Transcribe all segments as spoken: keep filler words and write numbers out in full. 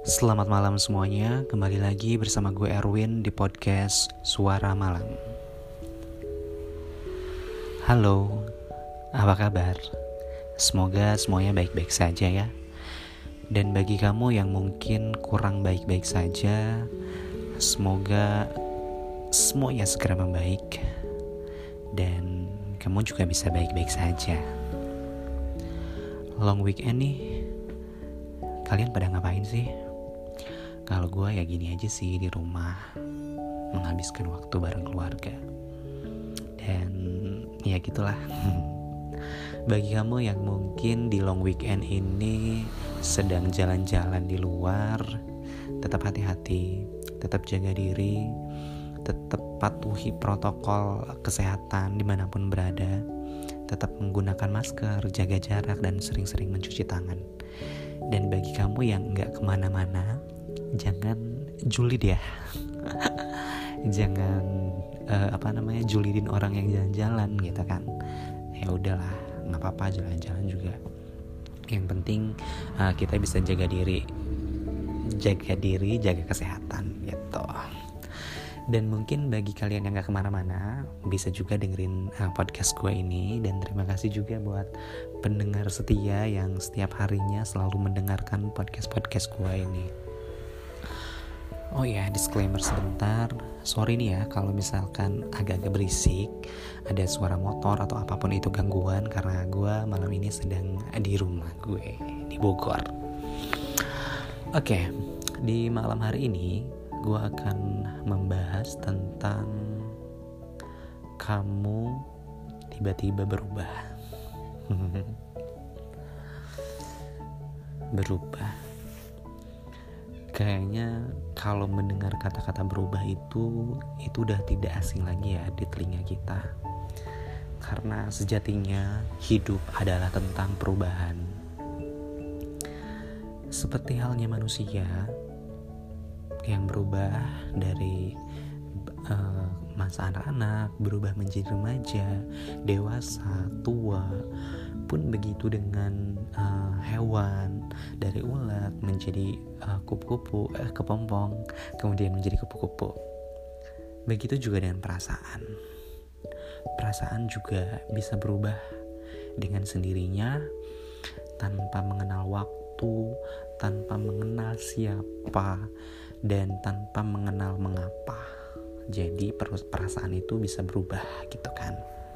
Selamat malam semuanya, kembali lagi bersama gue Erwin di podcast Suara Malam. Halo, apa kabar? Semoga semuanya baik-baik saja ya. Dan bagi kamu yang mungkin kurang baik-baik saja, semoga semuanya segera membaik dan kamu juga bisa baik-baik saja. Long weekend nih, kalian pada ngapain sih? Kalau gue ya gini aja sih, di rumah menghabiskan waktu bareng keluarga. Dan ya gitulah. Bagi kamu yang mungkin di long weekend ini sedang jalan-jalan di luar, tetap hati-hati, tetap jaga diri, tetap patuhi protokol kesehatan dimanapun berada, tetap menggunakan masker, jaga jarak, dan sering-sering mencuci tangan. Dan bagi kamu yang gak kemana-mana, jangan julid ya. Jangan uh, apa namanya julidin orang yang jalan-jalan gitu kan. Ya udahlah, nggak apa-apa jalan-jalan juga. Yang penting uh, kita bisa jaga diri, jaga diri, jaga kesehatan gitu. Dan mungkin bagi kalian yang gak kemana-mana, bisa juga dengerin uh, podcast gue ini. Dan terima kasih juga buat pendengar setia yang setiap harinya selalu mendengarkan podcast-podcast gue ini. Oh ya, disclaimer sebentar. Sorry nih ya kalau misalkan agak-agak berisik, ada suara motor atau apapun itu gangguan, karena gue malam ini sedang di rumah gue di Bogor. Oke, di malam hari ini gue akan membahas tentang kamu tiba-tiba berubah. Berubah. Kayaknya kalau mendengar kata-kata berubah itu itu udah tidak asing lagi ya di telinga kita. Karena sejatinya hidup adalah tentang perubahan. Seperti halnya manusia yang berubah dari uh, masa anak-anak berubah menjadi remaja, dewasa, tua, pun begitu dengan uh, hewan, dari ulat menjadi uh, kupu-kupu, eh, kepompong, kemudian menjadi kupu-kupu. Begitu juga dengan perasaan. Perasaan juga bisa berubah dengan sendirinya, tanpa mengenal waktu, tanpa mengenal siapa, dan tanpa mengenal mengapa. Jadi perasaan itu bisa berubah gitu kan.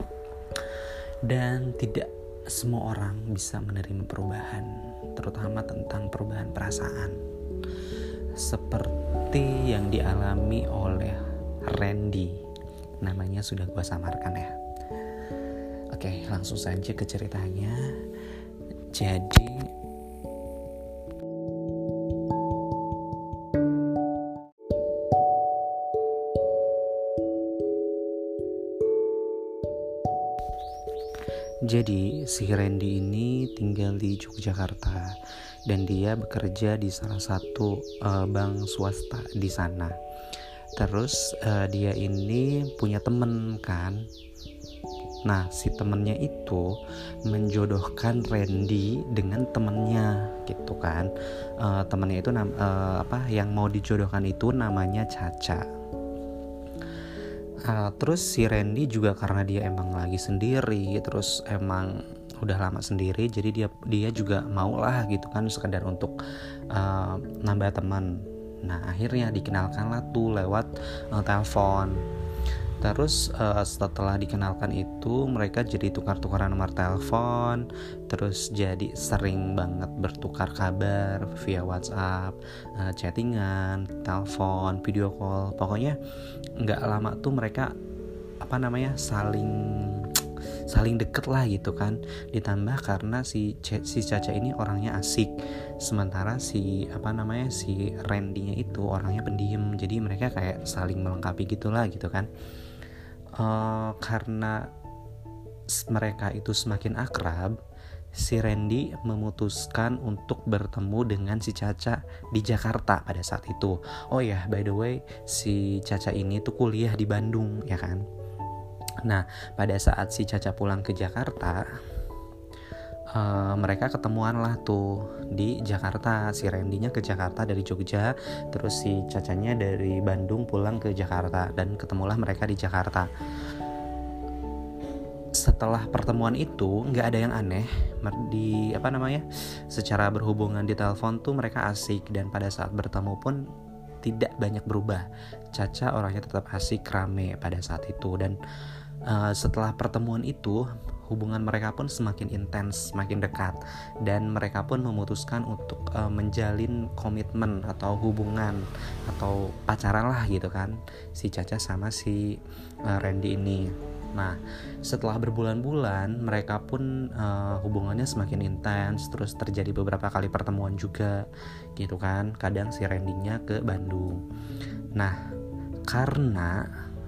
Dan tidak semua orang bisa menerima perubahan, terutama tentang perubahan perasaan. Seperti yang dialami oleh Randy, namanya sudah gue samarkan ya. Oke, langsung saja ke ceritanya. Jadi Jadi si Randy ini tinggal di Yogyakarta dan dia bekerja di salah satu uh, bank swasta di sana. Terus uh, dia ini punya temen kan. Nah si temennya itu menjodohkan Randy dengan temennya gitu kan. Uh, temennya itu nam- uh, apa yang mau dijodohkan itu namanya Caca. Uh, terus si Randy juga karena dia emang lagi sendiri, terus emang udah lama sendiri, jadi dia dia juga mau lah gitu kan, sekedar untuk uh, nambah teman. Nah akhirnya dikenalkan lah tuh lewat uh, telepon. Terus uh, setelah dikenalkan itu mereka jadi tukar-tukaran nomor telepon, terus jadi sering banget bertukar kabar via WhatsApp, uh, chattingan, telepon, video call. Pokoknya nggak lama tuh mereka apa namanya saling saling deket lah gitu kan. Ditambah karena si si Caca ini orangnya asik, sementara si apa namanya si Randy-nya itu orangnya pendiam. Jadi mereka kayak saling melengkapi gitulah gitu kan. Uh, karena mereka itu semakin akrab, si Randy memutuskan untuk bertemu dengan si Caca di Jakarta pada saat itu. Oh ya, by the way, si Caca ini tuh kuliah di Bandung ya kan. Nah, pada saat si Caca pulang ke Jakarta, uh, mereka ketemuan lah tuh di Jakarta. Si Randy-nya ke Jakarta dari Jogja, terus si Cacanya dari Bandung pulang ke Jakarta, dan ketemulah mereka di Jakarta. Setelah pertemuan itu nggak ada yang aneh di apa namanya secara berhubungan di telepon tuh mereka asik, dan pada saat bertemu pun tidak banyak berubah. Caca orangnya tetap asik, rame pada saat itu. Dan uh, setelah pertemuan itu hubungan mereka pun semakin intens, semakin dekat, dan mereka pun memutuskan untuk uh, menjalin komitmen atau hubungan atau pacaran lah gitu kan, si Caca sama si uh, Randy ini. Nah, setelah berbulan-bulan mereka pun uh, hubungannya semakin intens, terus terjadi beberapa kali pertemuan juga gitu kan. Kadang si Randy-nya ke Bandung. Nah, karena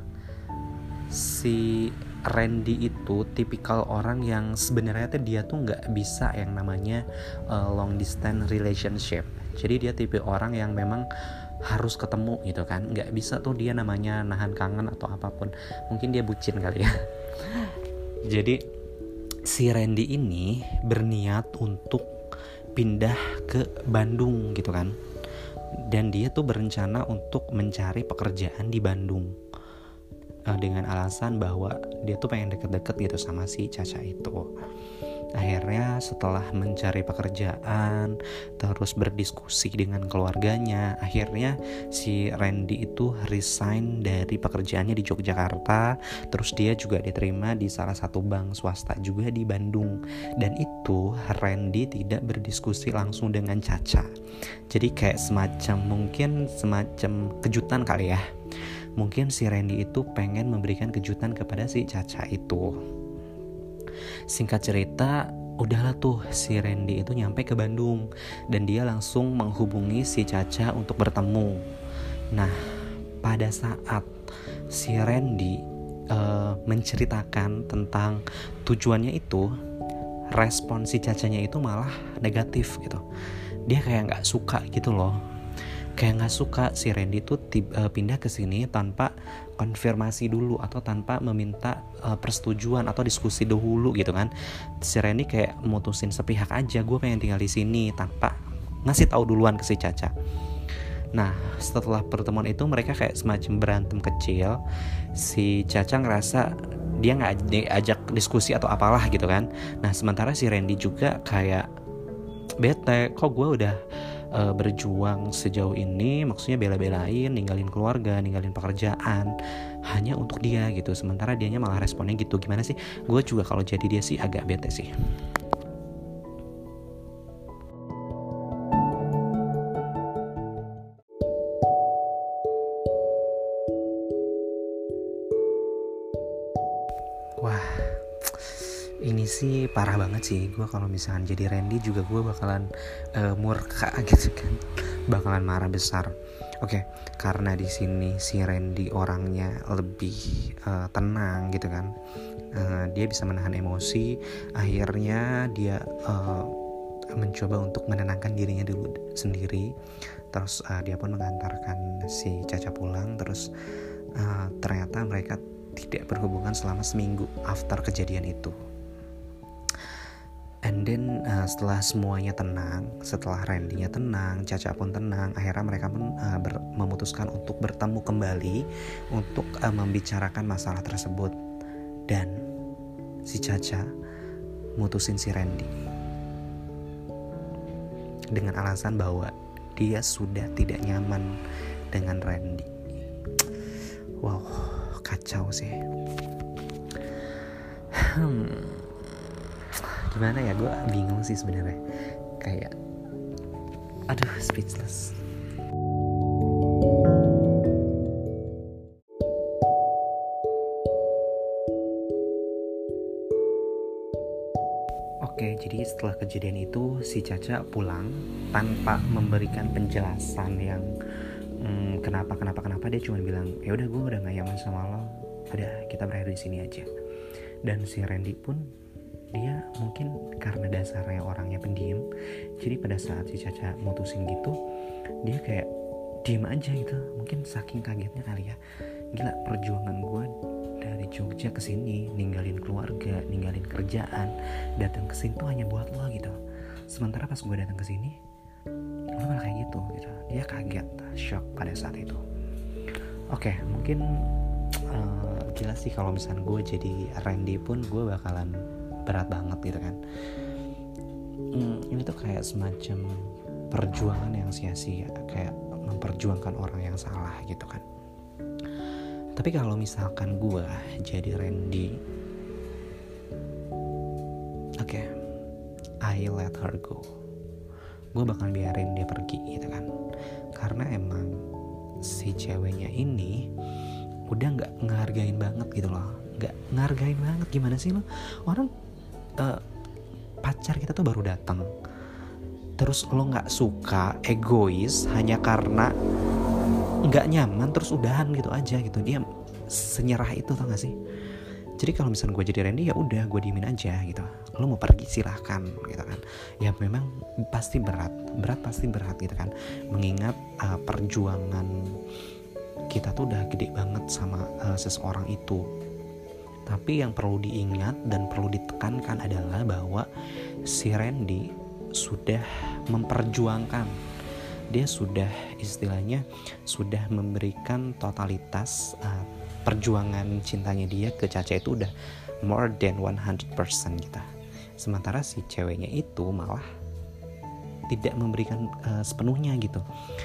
si Randy itu tipikal orang yang sebenarnya tuh dia tuh nggak bisa yang namanya uh, long distance relationship. Jadi dia tipe orang yang memang harus ketemu gitu kan, nggak bisa tuh dia namanya nahan kangen atau apapun. Mungkin dia bucin kali ya. Jadi si Randy ini berniat untuk pindah ke Bandung gitu kan, dan dia tuh berencana untuk mencari pekerjaan di Bandung uh, dengan alasan bahwa dia tuh pengen deket-deket gitu sama si Caca itu. Akhirnya setelah mencari pekerjaan, terus berdiskusi dengan keluarganya, akhirnya si Randy itu resign dari pekerjaannya di Yogyakarta. Terus dia juga diterima di salah satu bank swasta juga di Bandung. Dan itu Randy tidak berdiskusi langsung dengan Caca. Jadi kayak semacam mungkin semacam kejutan kali ya. Mungkin si Randy itu pengen memberikan kejutan kepada si Caca itu. Singkat cerita, udahlah tuh si Randy itu nyampe ke Bandung, dan dia langsung menghubungi si Caca untuk bertemu. Nah, pada saat si Randy uh, menceritakan tentang tujuannya itu, respon si Cacanya itu malah negatif gitu. Dia kayak nggak suka gitu loh. Kayak nggak suka si Randy tuh tib- uh, pindah ke sini tanpa konfirmasi dulu atau tanpa meminta uh, persetujuan atau diskusi dahulu gitu kan. Si Randy kayak mutusin sepihak aja, gue pengen tinggal di sini, tanpa ngasih tahu duluan ke si Caca. Nah, setelah pertemuan itu mereka kayak semacam berantem kecil. Si Caca ngerasa dia nggak diajak diskusi atau apalah gitu kan. Nah, sementara si Randy juga kayak bete, kok gue udah Uh, berjuang sejauh ini, maksudnya bela-belain, ninggalin keluarga, ninggalin pekerjaan hanya untuk dia gitu, sementara dianya malah responnya gitu. Gimana sih? Gue juga kalau jadi dia sih agak bete sih. Wah, ini sih parah banget sih. Gue kalau misalkan jadi Randy juga gue bakalan uh, murka gitu kan, bakalan marah besar. Oke, okay, karena di sini si Randy orangnya lebih uh, tenang gitu kan, uh, dia bisa menahan emosi. Akhirnya dia uh, mencoba untuk menenangkan dirinya dulu sendiri. Terus uh, dia pun mengantarkan si Caca pulang. Terus uh, ternyata mereka tidak berhubungan selama seminggu after kejadian itu. And then uh, setelah semuanya tenang, setelah Randy-nya tenang, Caca pun tenang, akhirnya mereka pun uh, ber- memutuskan untuk bertemu kembali untuk uh, membicarakan masalah tersebut. Dan si Caca mutusin si Randy dengan alasan bahwa dia sudah tidak nyaman dengan Randy. Wow, kacau sih. Hmm. Gimana ya, gue bingung sih sebenarnya, kayak aduh speechless. Oke, jadi setelah kejadian itu si Caca pulang tanpa memberikan penjelasan yang hmm, kenapa kenapa kenapa. Dia cuma bilang, ya udah gue udah gak nyaman sama lo, udah kita berakhir di sini aja. Dan si Randy pun, dia mungkin karena dasarnya orangnya pendiam, jadi pada saat si Caca mutusin gitu, dia kayak diem aja gitu. Mungkin saking kagetnya kali ya, gila, perjuangan gue dari Jogja ke sini, ninggalin keluarga, ninggalin kerjaan, datang ke sini tuh hanya buat lo gitu. Sementara pas gue datang ke sini, lo malah kayak gitu gitu. Dia kaget, shock pada saat itu. Oke, okay, mungkin uh, gila sih kalau misalnya gue jadi Randy pun gue bakalan berat banget gitu kan. Hmm, ini tuh kayak semacam perjuangan yang sia-sia, kayak memperjuangkan orang yang salah gitu kan. Tapi kalau misalkan gue jadi Randy, oke, okay, I let her go. Gue bakal biarin dia pergi gitu kan. Karena emang si ceweknya ini udah nggak ngehargain banget gitu loh, nggak ngehargain banget. Gimana sih lo, orang uh, pacar kita tuh baru datang, terus lo nggak suka, egois hanya karena nggak nyaman, terus udahan gitu aja gitu. Dia senyerah itu, tau gak sih? Jadi kalau misalnya gue jadi Randy, ya udah gue diemin aja gitu. Lo mau pergi silahkan gitu kan. Ya memang pasti berat, berat pasti berat gitu kan. Mengingat uh, perjuangan kita tuh udah gede banget sama uh, seseorang itu. Tapi yang perlu diingat dan perlu ditekankan adalah bahwa si Randy sudah memperjuangkan, dia sudah istilahnya sudah memberikan totalitas uh, perjuangan cintanya dia ke Caca itu udah more than one hundred percent gitu. Sementara si ceweknya itu malah tidak memberikan uh, sepenuhnya gitu.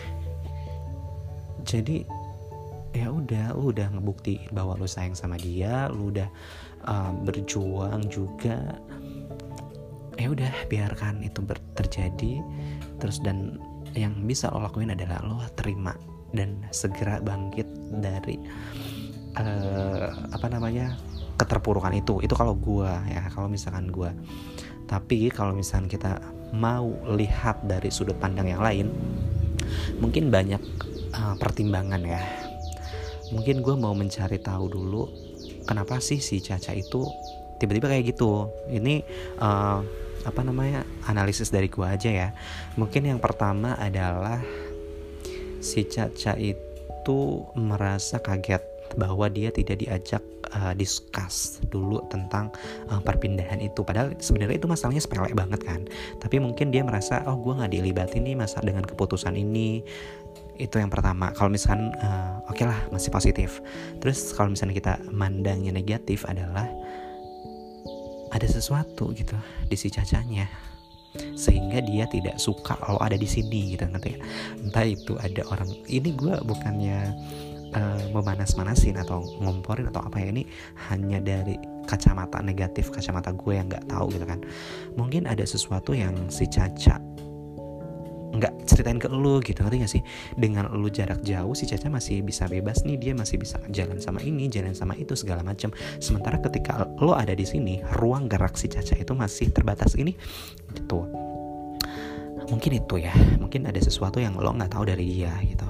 Jadi ya udah, lu udah ngebuktiin bahwa lu sayang sama dia, lu udah uh, berjuang juga. Ya udah, biarkan itu ber- terjadi terus, dan yang bisa lo lakuin adalah lo terima dan segera bangkit dari uh, apa namanya keterpurukan itu. Itu kalau gue ya, kalau misalkan gue. Tapi kalau misalkan kita mau lihat dari sudut pandang yang lain, mungkin banyak uh, pertimbangan ya. Mungkin gue mau mencari tahu dulu kenapa sih si Caca itu tiba-tiba kayak gitu. Ini uh, apa namanya analisis dari gue aja ya. Mungkin yang pertama adalah si Caca itu merasa kaget bahwa dia tidak diajak uh, discuss dulu tentang uh, perpindahan itu. Padahal sebenarnya itu masalahnya sepele banget kan. Tapi mungkin dia merasa, oh gue nggak dilibatin nih masa dengan keputusan ini. Itu yang pertama. Kalau misalkan uh, oke okay lah, masih positif. Terus kalau misalnya kita mandangnya negatif adalah ada sesuatu gitu di si Cacanya, sehingga dia tidak suka kalau ada di sini gitu, ngerti ya? Entah itu ada orang, ini gue bukannya uh, memanas-manasin atau ngomporin atau apa ya, ini hanya dari kacamata negatif, kacamata gue yang nggak tahu gitu kan. Mungkin ada sesuatu yang si Caca nggak ceritain ke lu gitu, ngerti gak sih? Dengan lu jarak jauh, si Caca masih bisa bebas nih, dia masih bisa jalan sama ini, jalan sama itu, segala macam. Sementara ketika lo ada di sini, ruang gerak si Caca itu masih terbatas ini gitu. Mungkin itu ya, mungkin ada sesuatu yang lo nggak tahu dari dia gitu.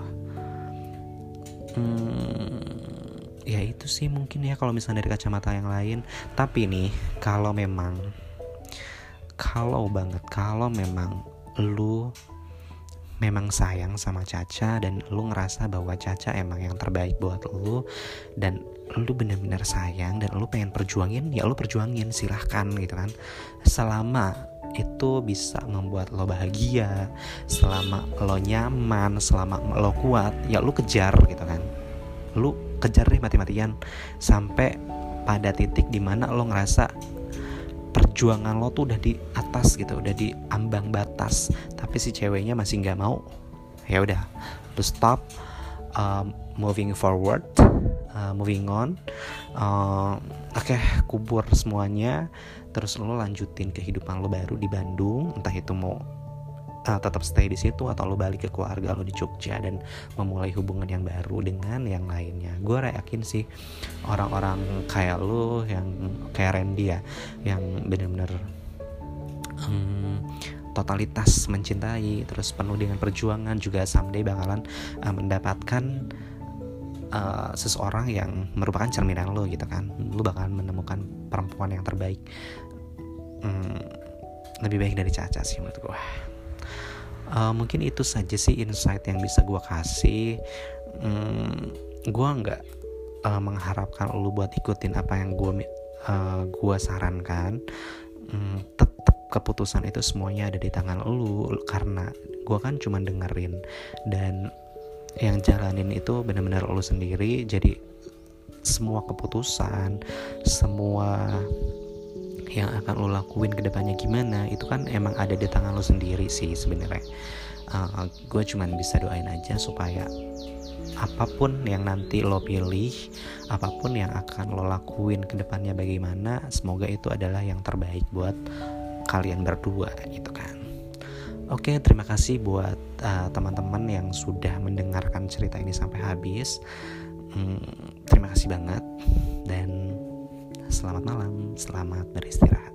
Hmm, ya itu sih mungkin ya kalau misalnya dari kacamata yang lain. Tapi nih, kalau memang kalau banget kalau memang lu memang sayang sama Caca dan lu ngerasa bahwa Caca emang yang terbaik buat lu, dan lu benar-benar sayang dan lu pengen perjuangin, ya lu perjuangin, silahkan gitu kan. Selama itu bisa membuat lo bahagia, selama lo nyaman, selama lo kuat, ya lu kejar gitu kan. Lu kejar deh mati-matian sampai pada titik dimana lo ngerasa perjuangan lo tuh udah di atas gitu, udah di ambang batas, tapi si ceweknya masih nggak mau. Ya udah, lu stop, uh, moving forward, uh, moving on. Uh, Oke, okay, kubur semuanya, terus lo lanjutin kehidupan lo baru di Bandung, entah itu mau uh, tetap stay di situ atau lo balik ke keluarga lo di Jogja dan memulai hubungan yang baru dengan yang lainnya. Gue yakin sih orang-orang kayak lo, yang kayak Randy ya, yang benar-benar um, totalitas mencintai, terus penuh dengan perjuangan, juga someday bakalan uh, mendapatkan uh, seseorang yang merupakan cerminan lo gitu kan. Lo bakalan menemukan perempuan yang terbaik, um, lebih baik dari Caca sih menurut gue. Uh, mungkin itu saja sih insight yang bisa gue kasih. Hmm, gue nggak uh, mengharapkan lu buat ikutin apa yang gue uh, gue sarankan. um, Tetap keputusan itu semuanya ada di tangan lu, karena gue kan cuma dengerin, dan yang jalanin itu benar-benar lu sendiri. Jadi semua keputusan, semua yang akan lo lakuin ke depannya gimana, itu kan emang ada di tangan lo sendiri sih sebenarnya. Uh, gue cuman bisa doain aja supaya apapun yang nanti lo pilih, apapun yang akan lo lakuin ke depannya bagaimana, semoga itu adalah yang terbaik buat kalian berdua gitu kan. Oke, terima kasih buat uh, teman-teman yang sudah mendengarkan cerita ini sampai habis. Hmm, terima kasih banget, dan selamat malam, selamat beristirahat.